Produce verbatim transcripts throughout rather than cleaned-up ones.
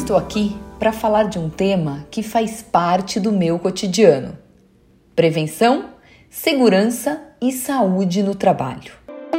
estou aqui para falar de um tema que faz parte do meu cotidiano: prevenção, segurança e saúde no trabalho.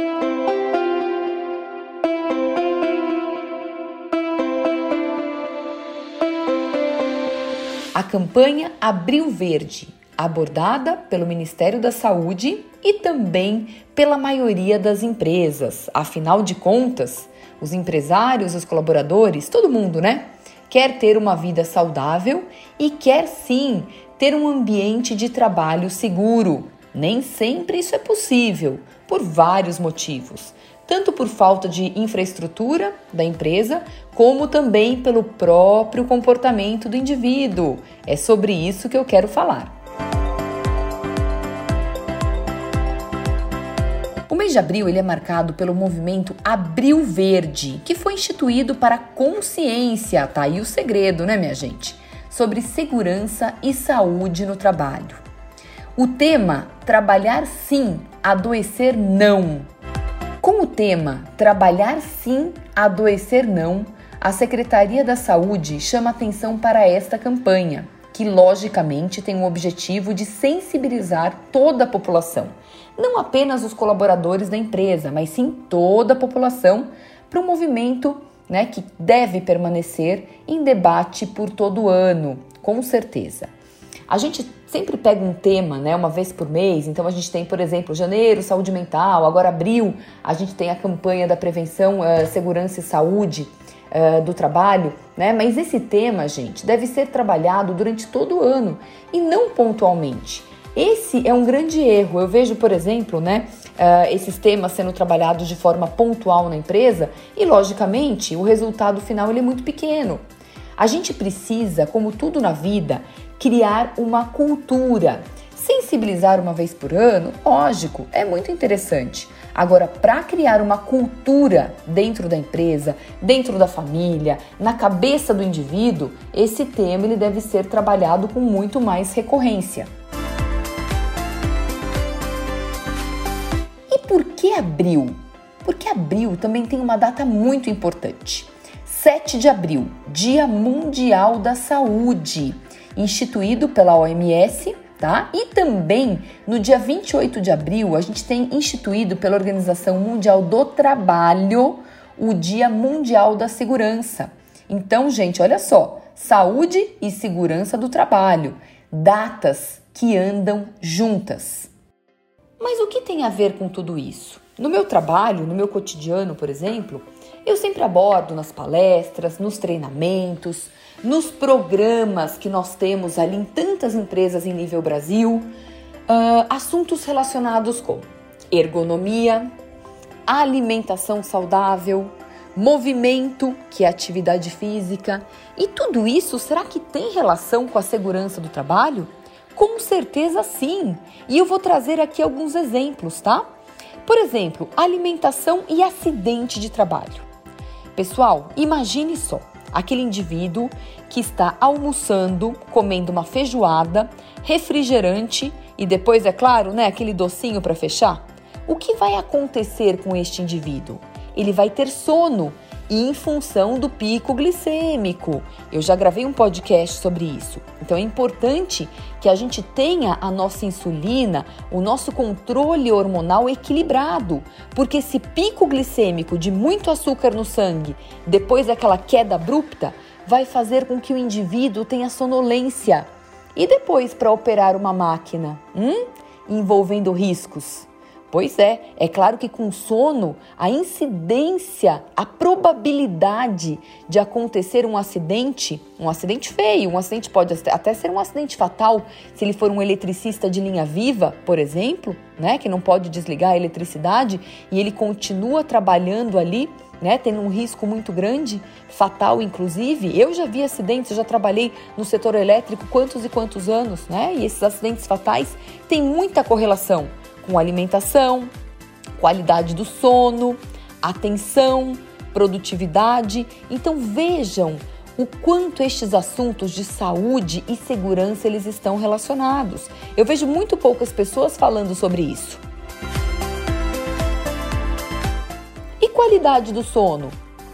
A campanha Abril Verde, abordada pelo Ministério da Saúde e também pela maioria das empresas. Afinal de contas, os empresários, os colaboradores, todo mundo, né? Quer ter uma vida saudável e quer sim ter um ambiente de trabalho seguro. Nem sempre isso é possível, por vários motivos. Tanto por falta de infraestrutura da empresa, como também pelo próprio comportamento do indivíduo. É sobre isso que eu quero falar. O mês de abril ele é marcado pelo movimento Abril Verde, que foi instituído para a consciência, tá aí o segredo, né, minha gente? Sobre segurança e saúde no trabalho. O tema Trabalhar sim, adoecer não. Com o tema Trabalhar sim, adoecer não, a Secretaria da Saúde chama atenção para esta campanha, que logicamente tem o objetivo de sensibilizar toda a população, não apenas os colaboradores da empresa, mas sim toda a população, para um movimento, né, que deve permanecer em debate por todo ano, com certeza. A gente sempre pega um tema, né, uma vez por mês, então a gente tem, por exemplo, janeiro, saúde mental, agora abril, a gente tem a campanha da prevenção, uh, segurança e saúde uh, do trabalho, né, mas esse tema, gente, deve ser trabalhado durante todo o ano e não pontualmente. Esse é um grande erro. Eu vejo, por exemplo, né, uh, esses temas sendo trabalhados de forma pontual na empresa e, logicamente, o resultado final ele é muito pequeno. A gente precisa, como tudo na vida, criar uma cultura. Sensibilizar uma vez por ano, lógico, é muito interessante. Agora, para criar uma cultura dentro da empresa, dentro da família, na cabeça do indivíduo, esse tema ele deve ser trabalhado com muito mais recorrência. E por que abril? Porque abril também tem uma data muito importante. sete de abril, Dia Mundial da Saúde, instituído pela O M S, tá? E também no dia vinte e oito de abril, a gente tem instituído pela Organização Mundial do Trabalho o Dia Mundial da Segurança. Então, gente, olha só, saúde e segurança do trabalho, datas que andam juntas. Mas o que tem a ver com tudo isso? No meu trabalho, no meu cotidiano, por exemplo, eu sempre abordo nas palestras, nos treinamentos, nos programas que nós temos ali em tantas empresas em nível Brasil, uh, assuntos relacionados com ergonomia, alimentação saudável, movimento, que é atividade física. E tudo isso, será que tem relação com a segurança do trabalho? Com certeza sim! E eu vou trazer aqui alguns exemplos, tá? Por exemplo, alimentação e acidente de trabalho. Pessoal, imagine só, aquele indivíduo que está almoçando, comendo uma feijoada, refrigerante e depois, é claro, né, aquele docinho para fechar. O que vai acontecer com este indivíduo? Ele vai ter sono e em função do pico glicêmico. Eu já gravei um podcast sobre isso. Então é importante que a gente tenha a nossa insulina, o nosso controle hormonal equilibrado, porque esse pico glicêmico de muito açúcar no sangue, depois daquela queda abrupta, vai fazer com que o indivíduo tenha sonolência. E depois, para operar uma máquina, hum? envolvendo riscos? Pois é, é claro que com sono, a incidência, a probabilidade de acontecer um acidente, um acidente feio, um acidente pode até ser um acidente fatal, se ele for um eletricista de linha viva, por exemplo, né, que não pode desligar a eletricidade e ele continua trabalhando ali, né, tendo um risco muito grande, fatal inclusive. Eu já vi acidentes, eu já trabalhei no setor elétrico quantos e quantos anos, né, e esses acidentes fatais têm muita correlação com alimentação, qualidade do sono, atenção, produtividade. Então vejam o quanto estes assuntos de saúde e segurança eles estão relacionados. Eu vejo muito poucas pessoas falando sobre isso. E qualidade do sono?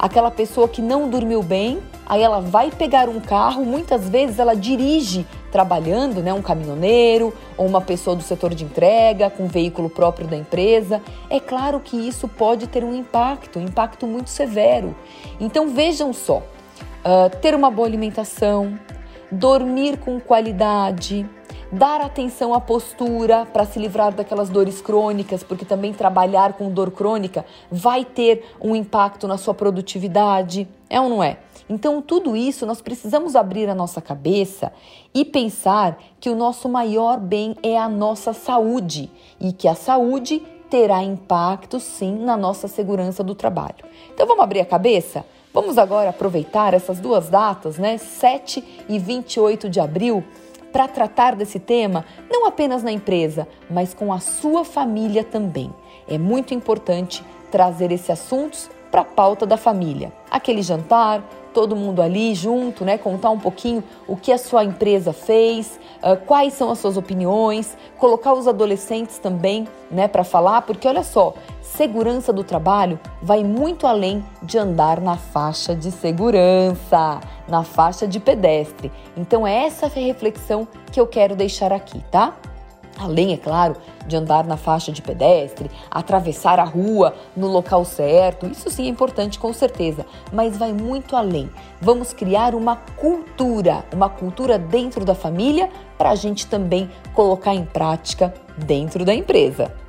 aquela pessoa que não dormiu bem, aí ela vai pegar um carro, muitas vezes ela dirige trabalhando, né, um caminhoneiro ou uma pessoa do setor de entrega com veículo próprio da empresa. É claro que isso pode ter um impacto, um impacto muito severo. Então vejam só, uh, ter uma boa alimentação, dormir com qualidade, dar atenção à postura para se livrar daquelas dores crônicas, porque também trabalhar com dor crônica vai ter um impacto na sua produtividade, é ou não é? Então, tudo isso nós precisamos abrir a nossa cabeça e pensar que o nosso maior bem é a nossa saúde e que a saúde terá impacto, sim, na nossa segurança do trabalho. Então, vamos abrir a cabeça? Vamos agora aproveitar essas duas datas, né, sete e vinte e oito de abril, para tratar desse tema, não apenas na empresa, mas com a sua família também. É muito importante trazer esses assuntos para a pauta da família. Aquele jantar, todo mundo ali junto, né? Contar um pouquinho o que a sua empresa fez, uh, quais são as suas opiniões, colocar os adolescentes também, né, para falar, porque olha só, segurança do trabalho vai muito além de andar na faixa de segurança, na faixa de pedestre. Então é essa reflexão que eu quero deixar aqui, tá? Além, é claro, de andar na faixa de pedestre, atravessar a rua no local certo, isso sim é importante com certeza, mas vai muito além. Vamos criar uma cultura, uma cultura dentro da família para a gente também colocar em prática dentro da empresa.